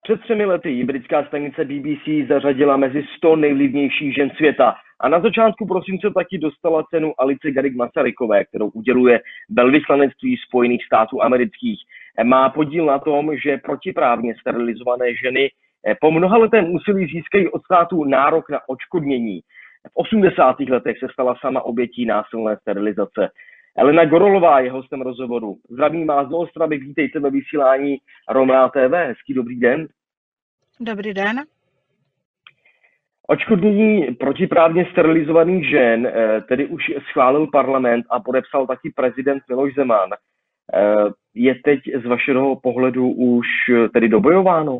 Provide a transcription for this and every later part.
Před 3 lety ji britská stanice BBC zařadila mezi 100 nejvlivnějších žen světa a na začátku prosince taky dostala cenu Alice Garrick-Masarykové, kterou uděluje velvyslanectví Spojených států amerických. Má podíl na tom, že protiprávně sterilizované ženy po mnohaletém úsilí získají od státu nárok na odškodnění. V 80. letech se stala sama obětí násilné sterilizace. Elena Gorolová je hostem rozhovoru. Zdravím vás do Ostravy, vítejte ve vysílání Romea TV. Hezký dobrý den. Dobrý den. Odškodnění protiprávně sterilizovaných žen tedy už schválil parlament a podepsal taky prezident Miloš Zeman. Je teď z vašeho pohledu už tedy dobojováno?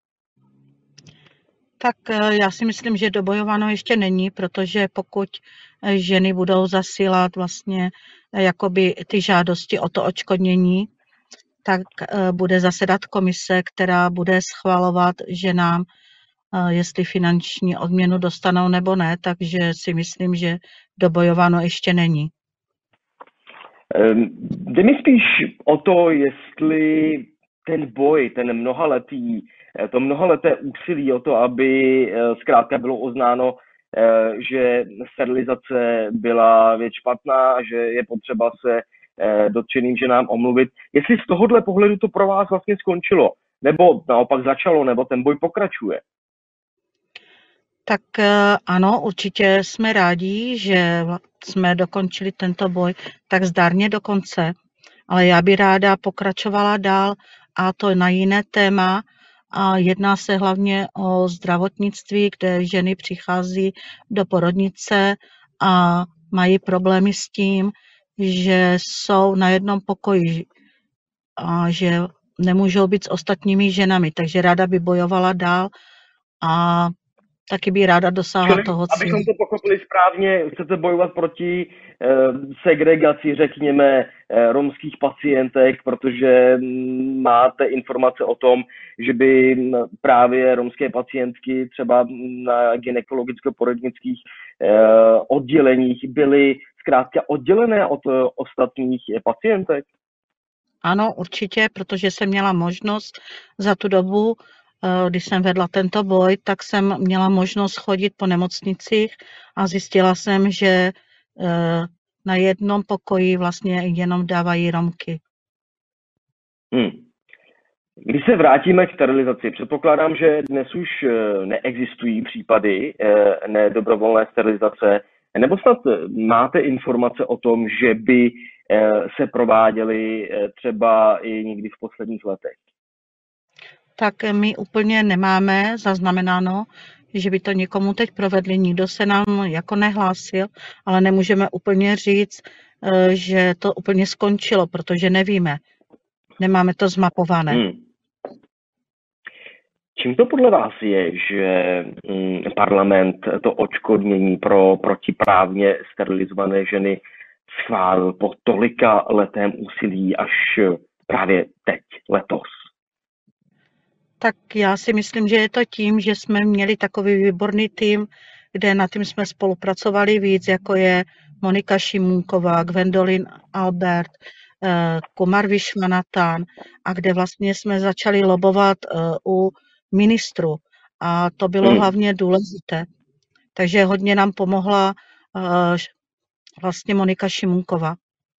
Tak já si myslím, že dobojováno ještě není, protože pokud ženy budou zasílat vlastně jakoby ty žádosti o to odškodnění, tak bude zasedat komise, která bude schvalovat ženám, jestli finanční odměnu dostanou nebo ne, takže si myslím, že dobojováno ještě není. Jde mi spíš o to, jestli ten boj, to mnohaleté úsilí o to, aby zkrátka bylo oznáno, že sterilizace byla věc špatná, že je potřeba se dotčeným ženám omluvit. Jestli z tohohle pohledu to pro vás vlastně skončilo, nebo naopak začalo, nebo ten boj pokračuje? Tak ano, určitě jsme rádi, že jsme dokončili tento boj tak zdárně do konce, ale já bych ráda pokračovala dál a to na jiné téma. A jedná se hlavně o zdravotnictví, kde ženy přichází do porodnice a mají problémy s tím, že jsou na jednom pokoji a že nemůžou být s ostatními ženami. Takže ráda by bojovala dál a taky by ráda dosáhla toho cíle. Abychom to pochopili správně, chcete bojovat proti segregaci, řekněme, romských pacientek, protože máte informace o tom, že by právě romské pacientky třeba na gynekologicko-porodnických odděleních byly zkrátka oddělené od ostatních pacientek? Ano, určitě, protože jsem měla možnost za tu dobu, když jsem vedla tento boj, tak jsem měla možnost chodit po nemocnicích a zjistila jsem, že na jednom pokoji vlastně jenom dávají Romky. Když se vrátíme k sterilizaci, předpokládám, že dnes už neexistují případy nedobrovolné sterilizace, nebo snad máte informace o tom, že by se prováděly třeba i někdy v posledních letech? Tak my úplně nemáme zaznamenáno, že by to někomu teď provedli. Nikdo se nám jako nehlásil, ale nemůžeme úplně říct, že to úplně skončilo, protože nevíme. Nemáme to zmapované. Čím to podle vás je, že parlament to odškodnění pro protiprávně sterilizované ženy schválil po tolika letém úsilí až právě teď, letos? Tak já si myslím, že je to tím, že jsme měli takový výborný tým, kde na tím jsme spolupracovali víc, jako je Monika Šimunková, Gwendolyn Albert, Kumar Viswanathan, a kde vlastně jsme začali lobovat u ministru. A to bylo hlavně důležité. Takže hodně nám pomohla vlastně Monika Šimunková.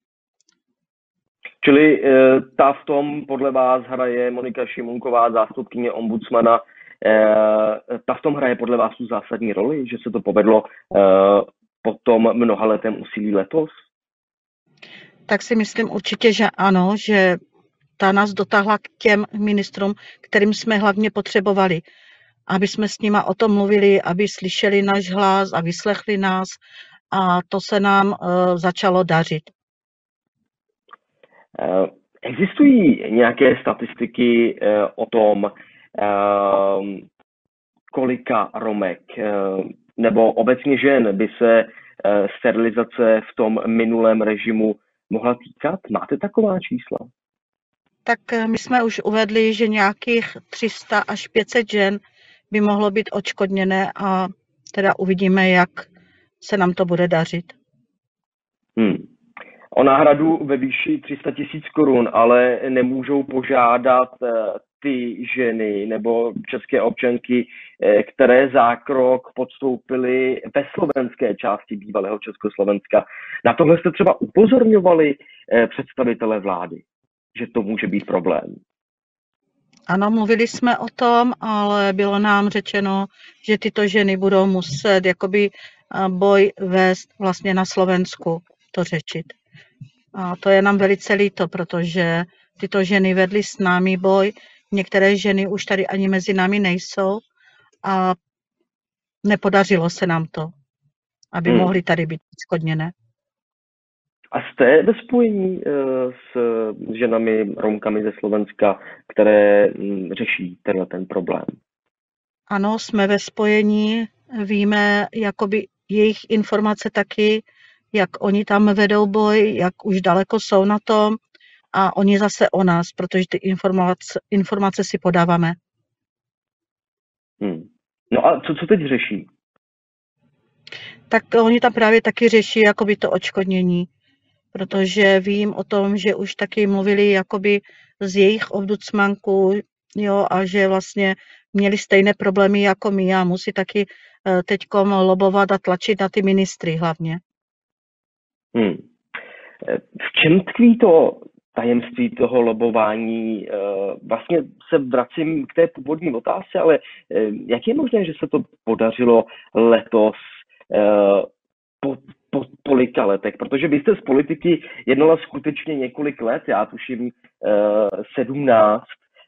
Čili ta v tom podle vás hraje Monika Šimunková, zástupkyně ombudsmana, ta v tom hraje podle vás tu zásadní roli, že se to povedlo po tom mnohaletém úsilí letos? Tak si myslím určitě, že ano, že ta nás dotáhla k těm ministrům, kterým jsme hlavně potřebovali, aby jsme s nima o tom mluvili, aby slyšeli náš hlas a vyslechli nás, a to se nám začalo dařit. Existují nějaké statistiky o tom, kolika Romek nebo obecně žen by se sterilizace v tom minulém režimu mohla týkat? Máte taková čísla? Tak my jsme už uvedli, že nějakých 300 až 500 žen by mohlo být odškodněné a teda uvidíme, jak se nám to bude dařit. O náhradu ve výši 300 000 korun ale nemůžou požádat ty ženy nebo české občanky, které zákrok podstoupily ve slovenské části bývalého Československa. Na tohle jste třeba upozorňovali představitele vlády, že to může být problém? Ano, mluvili jsme o tom, ale bylo nám řečeno, že tyto ženy budou muset jakoby boj vést vlastně na Slovensku, to řešit. A to je nám velice líto, protože tyto ženy vedly s námi boj. Některé ženy už tady ani mezi námi nejsou a nepodařilo se nám to, aby mohly tady být odškodněné. A jste ve spojení s ženami, Romkami ze Slovenska, které řeší ten problém? Ano, jsme ve spojení, víme jakoby jejich informace taky, jak oni tam vedou boj, jak už daleko jsou na tom a oni zase o nás, protože ty informace si podáváme. No a co teď řeší? Tak oni tam právě taky řeší jakoby to odškodnění, protože vím o tom, že už taky mluvili jakoby s jejich ombudsmankou, jo, a že vlastně měli stejné problémy jako my a musí taky teďkom lobovat a tlačit na ty ministry hlavně. V čem tkví to tajemství toho lobování? Vlastně se vracím k té původní otázce, ale jak je možné, že se to podařilo letos po tolika letech? Protože vy jste z politiky jednala skutečně několik let, já tuším 17.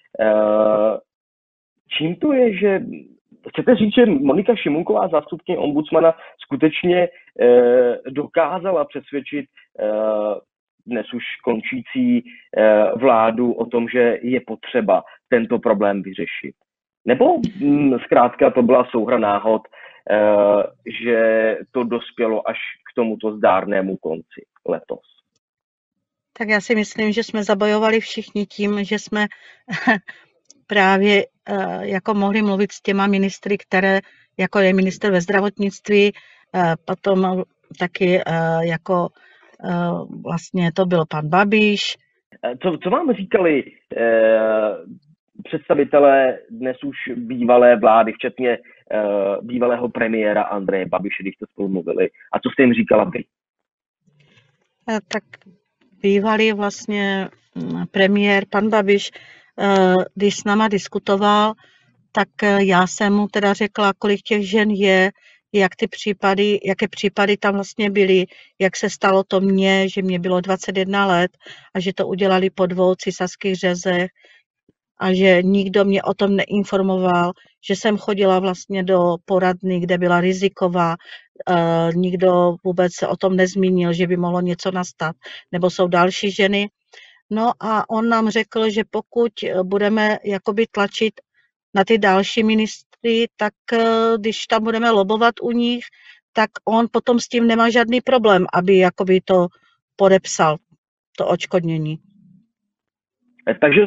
Čím to je, že chcete říct, že Monika Šimůnková, zástupkyně ombudsmana, skutečně dokázala přesvědčit dnes už končící vládu o tom, že je potřeba tento problém vyřešit? Nebo zkrátka to byla souhra náhod, že to dospělo až k tomuto zdárnému konci letos? Tak já si myslím, že jsme zabojovali všichni tím, že jsme právě jako mohli mluvit s těma ministry, které, jako je ministr ve zdravotnictví, potom taky jako vlastně to byl pan Babiš. Co vám říkali představitelé dnes už bývalé vlády, včetně bývalého premiéra Andreje Babiše, když jste spolu mluvili? A co jste jim říkala vy? Tak bývalý vlastně premiér pan Babiš, když s náma diskutoval, tak já jsem mu teda řekla, kolik těch žen je, jaké případy tam vlastně byly, jak se stalo to mně, že mě bylo 21 let a že to udělali po 2 císařských řezech a že nikdo mě o tom neinformoval, že jsem chodila vlastně do poradny, kde byla riziková, nikdo vůbec se o tom nezmínil, že by mohlo něco nastat, nebo jsou další ženy. No a on nám řekl, že pokud budeme jakoby tlačit na ty další ministry, tak když tam budeme lobovat u nich, tak on potom s tím nemá žádný problém, aby jakoby to podepsal, to odškodnění. Takže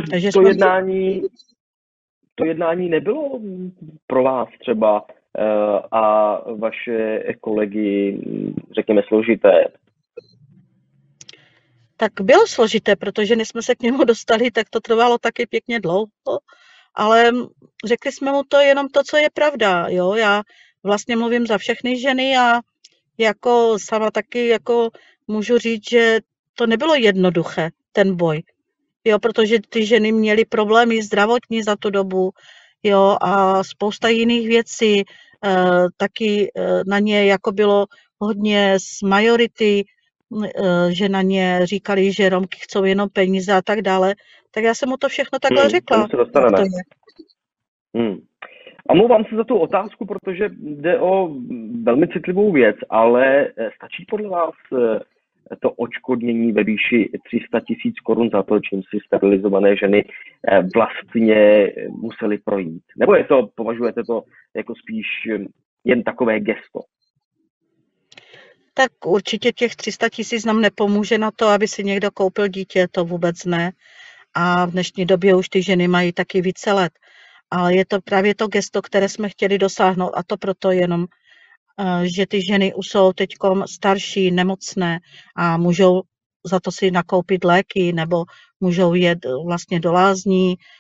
to jednání nebylo pro vás třeba a vaše kolegy, řekněme, složité? Tak bylo složité, protože než jsme se k němu dostali, tak to trvalo taky pěkně dlouho, ale řekli jsme mu to jenom to, co je pravda. Jo? Já vlastně mluvím za všechny ženy a jako sama taky jako můžu říct, že to nebylo jednoduché, ten boj. Jo, protože ty ženy měly problémy zdravotní za tu dobu, jo, a spousta jiných věcí, taky na ně jako bylo hodně z majority, že na ně říkali, že Romky chcou jenom peníze a tak dále, tak já jsem mu to všechno takhle řekla. Omlouvám se za tu otázku, protože jde o velmi citlivou věc, ale stačí podle vás to odškodnění ve výši 300 000 korun za to, čím si sterilizované ženy vlastně museli projít? Nebo považujete to jako spíš jen takové gesto? Tak určitě těch 300 000 nám nepomůže na to, aby si někdo koupil dítě, to vůbec ne. A v dnešní době už ty ženy mají taky více let. Ale je to právě to gesto, které jsme chtěli dosáhnout, a to proto jenom, že ty ženy už jsou teďkom starší, nemocné a můžou za to si nakoupit léky nebo můžou jet vlastně do lázní,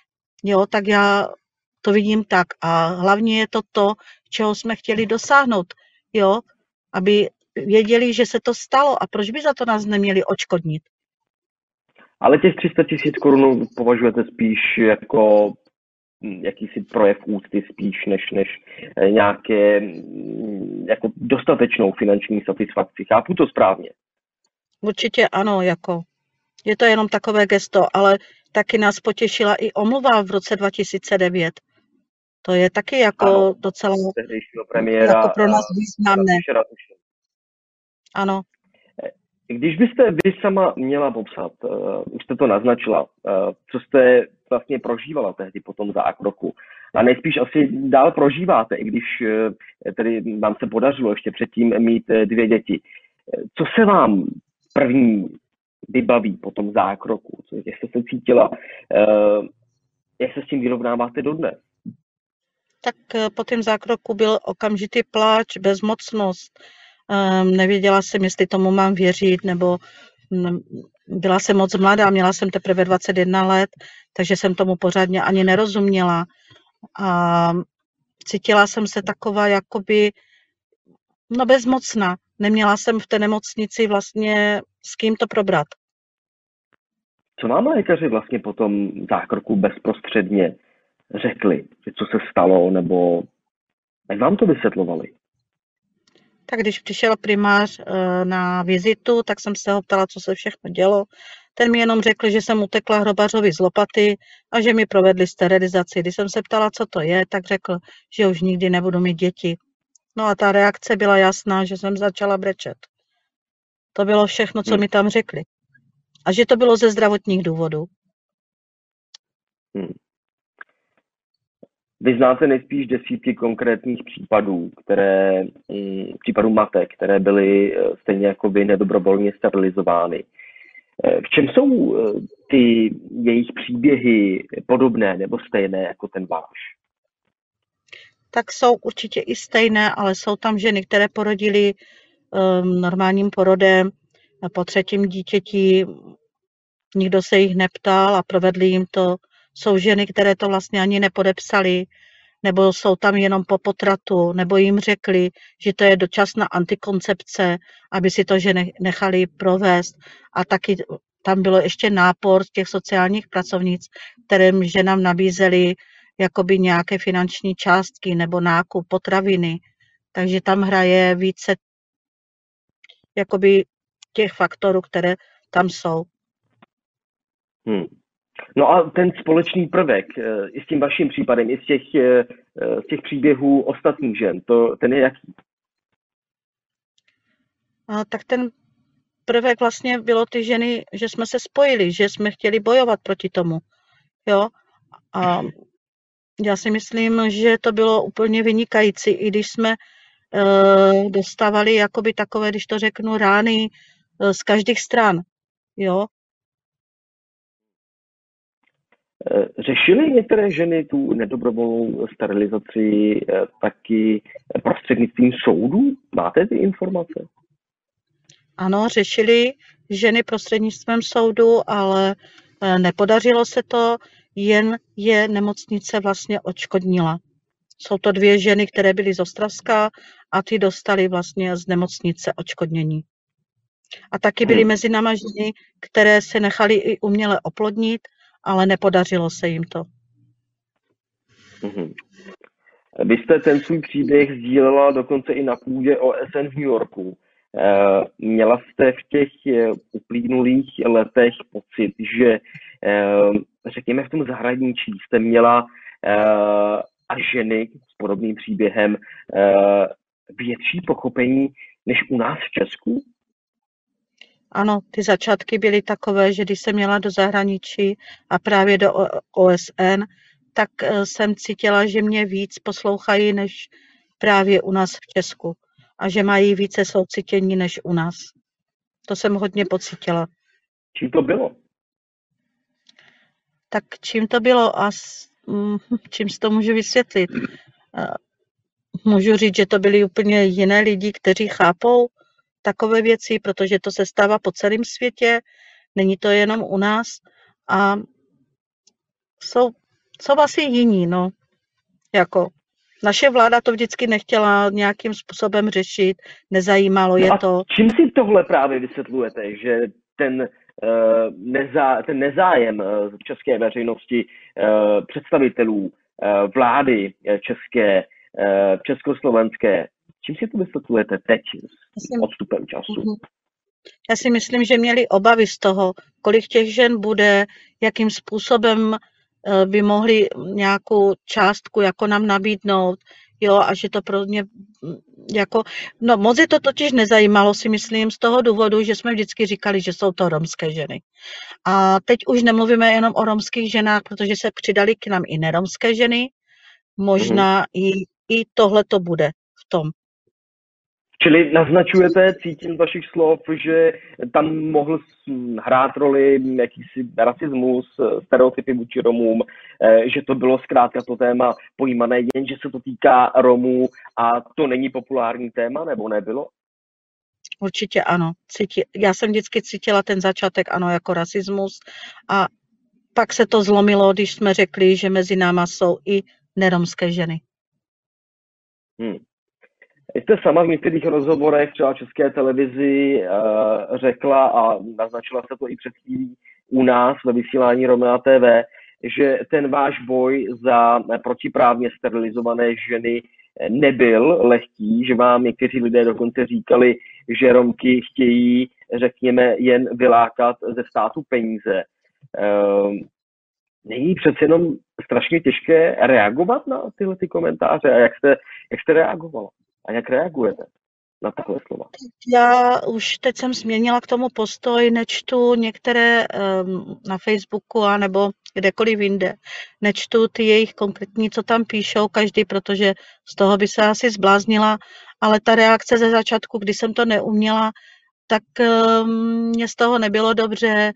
Jo, tak já to vidím tak. A hlavně je to, čeho jsme chtěli dosáhnout. Jo, aby věděli, že se to stalo a proč by za to nás neměli odškodnit. Ale těch 300 000 korun považujete spíš jako jakýsi projev úcty spíš než nějaké jako dostatečnou finanční satisfakci. Chápu to správně? Určitě ano, jako je to jenom takové gesto, ale taky nás potěšila i omluva v roce 2009. To je taky jako Ano, docela tehdejšího jako premiéra pro nás významné. Fischera. Ano. Když byste vy sama měla popsat, už jste to naznačila, co jste vlastně prožívala tehdy po tom zákroku a nejspíš asi dál prožíváte, i když tedy vám se podařilo ještě předtím mít 2 děti. Co se vám první vybaví po tom zákroku? Jak jste se cítila? Jak se s tím vyrovnáváte dodnes? Tak po tom zákroku byl okamžitý pláč, bezmocnost. Nevěděla jsem, jestli tomu mám věřit, nebo byla jsem moc mladá, měla jsem teprve 21 let, takže jsem tomu pořádně ani nerozuměla. A cítila jsem se taková jakoby bezmocná. Neměla jsem v té nemocnici vlastně s kým to probrat. Co vám lékaři vlastně po tom zákroku bezprostředně řekli, co se stalo, nebo jak vám to vysvětlovali? Tak když přišel primář na vizitu, tak jsem se ho ptala, co se všechno dělo. Ten mi jenom řekl, že jsem utekla hrobařovi z lopaty a že mi provedli sterilizaci. Když jsem se ptala, co to je, tak řekl, že už nikdy nebudu mít děti. No a ta reakce byla jasná, že jsem začala brečet. To bylo všechno, co mi tam řekli. A že to bylo ze zdravotních důvodů. Vy znáte nejspíš desítky konkrétních případů matek, které byly stejně jako vy nedobrovolně sterilizovány. V čem jsou ty jejich příběhy podobné nebo stejné jako ten váš? Tak jsou určitě i stejné, ale jsou tam ženy, které porodily normálním porodem a po 3. dítěti nikdo se jich neptal a provedli jim to. Jsou ženy, které to vlastně ani nepodepsaly, nebo jsou tam jenom po potratu, nebo jim řekli, že to je dočasná antikoncepce, aby si to ženy nechali provést. A taky tam bylo ještě nápor těch sociálních pracovnic, kterým ženám nabízeli jakoby nějaké finanční částky nebo nákup potraviny. Takže tam hraje více jakoby těch faktorů, které tam jsou. No a ten společný prvek i s tím vaším případem, i z těch příběhů ostatních žen, ten je jaký? Tak ten prvek vlastně bylo ty ženy, že jsme se spojili, že jsme chtěli bojovat proti tomu. Jo? A já si myslím, že to bylo úplně vynikající, i když jsme dostávali jakoby takové, když to řeknu, rány z každých stran. Jo? Řešily některé ženy tu nedobrovolnou sterilizaci taky prostřednictvím soudů? Máte ty informace? Ano, řešili ženy prostřednictvím soudu, ale nepodařilo se to, jen je nemocnice vlastně odškodnila. Jsou to 2 ženy, které byly z Ostravska a ty dostali vlastně z nemocnice odškodnění. A taky byly mezi náma ženy, které se nechaly i uměle oplodnit, ale nepodařilo se jim to. Vy jste ten svůj příběh sdílela dokonce i na půdě OSN v New Yorku. Měla jste v těch uplynulých letech pocit, že řekněme v tom zahraničí jste měla a ženy s podobným příběhem větší pochopení než u nás v Česku? Ano, ty začátky byly takové, že když jsem měla do zahraničí a právě do OSN, tak jsem cítila, že mě víc poslouchají než právě u nás v Česku a že mají více soucítění než u nás. To jsem hodně pocítila. Čím to bylo? Tak čím to bylo a čím si to můžu vysvětlit? Můžu říct, že to byli úplně jiné lidi, kteří chápou takové věci, protože to se stává po celém světě, není to jenom u nás a jsou asi jiní, no. Jako naše vláda to vždycky nechtěla nějakým způsobem řešit, nezajímalo je to. Čím si tohle právě vysvětlujete, že ten nezájem české veřejnosti, představitelů vlády české, československé, čím si to vysvětlujete teď s odstupem času? Já si myslím, že měli obavy z toho, kolik těch žen bude, jakým způsobem by mohli nějakou částku jako nám nabídnout, jo, a že to pro ně jako, no moc je to totiž nezajímalo, si myslím, z toho důvodu, že jsme vždycky říkali, že jsou to romské ženy. A teď už nemluvíme jenom o romských ženách, protože se přidali k nám i neromské ženy, možná i tohle to bude v tom. Čili naznačujete, cítím z vašich slov, že tam mohl hrát roli jakýsi rasismus, stereotypy vůči Romům, že to bylo zkrátka to téma pojímané jen, že se to týká Romů a to není populární téma, nebo nebylo? Určitě ano. Já jsem vždycky cítila ten začátek ano jako rasismus a pak se to zlomilo, když jsme řekli, že mezi náma jsou i neromské ženy. Jste sama v některých rozhovorech třeba České televizi řekla a naznačila se to i před chvílí u nás ve vysílání Romea TV, že ten váš boj za protiprávně sterilizované ženy nebyl lehký, že vám někteří lidé dokonce říkali, že Romky chtějí, řekněme, jen vylákat ze státu peníze. Není přece jenom strašně těžké reagovat na tyhle ty komentáře a jak jste reagovala? A jak reagujete na takové slova? Já už teď jsem změnila k tomu postoj, nečtu některé na Facebooku a nebo kdekoliv jinde. Nečtu ty jejich konkrétní, co tam píšou každý, protože z toho by se asi zbláznila, ale ta reakce ze začátku, kdy jsem to neuměla, tak mě z toho nebylo dobře.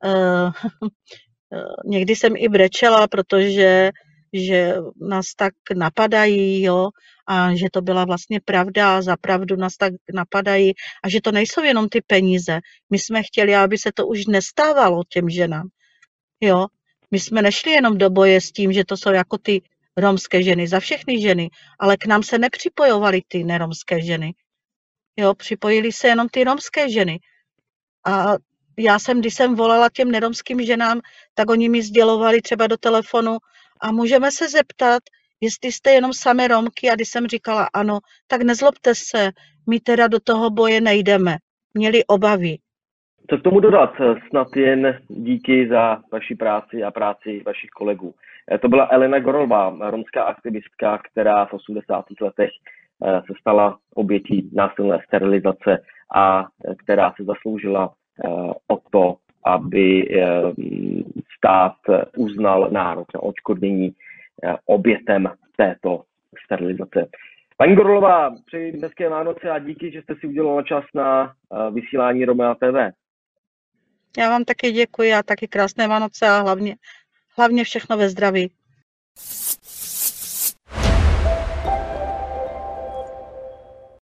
Někdy jsem i brečela, protože že nás tak napadají, jo, a že to byla vlastně pravda a za pravdu nás tak napadají a že to nejsou jenom ty peníze. My jsme chtěli, aby se to už nestávalo těm ženám, jo. My jsme nešli jenom do boje s tím, že to jsou jako ty romské ženy, za všechny ženy, ale k nám se nepřipojovaly ty neromské ženy, jo, připojily se jenom ty romské ženy. A když jsem volala těm neromským ženám, tak oni mi sdělovali třeba do telefonu a můžeme se zeptat, jestli jste jenom samé Romky, a když jsem říkala ano, tak nezlobte se, my teda do toho boje nejdeme. Měli obavy. Co k tomu dodat? Snad jen díky za vaši práci a práci vašich kolegů. To byla Elena Gorolová, romská aktivistka, která v 80. letech se stala obětí násilné sterilizace a která se zasloužila o to, aby stát uznal nárok na odškodnění obětem této sterilizace. Paní Gorolová, přeji hezké Vánoce a díky, že jste si udělala čas na vysílání Romea TV. Já vám taky děkuji a taky krásné Vánoce a hlavně všechno ve zdraví.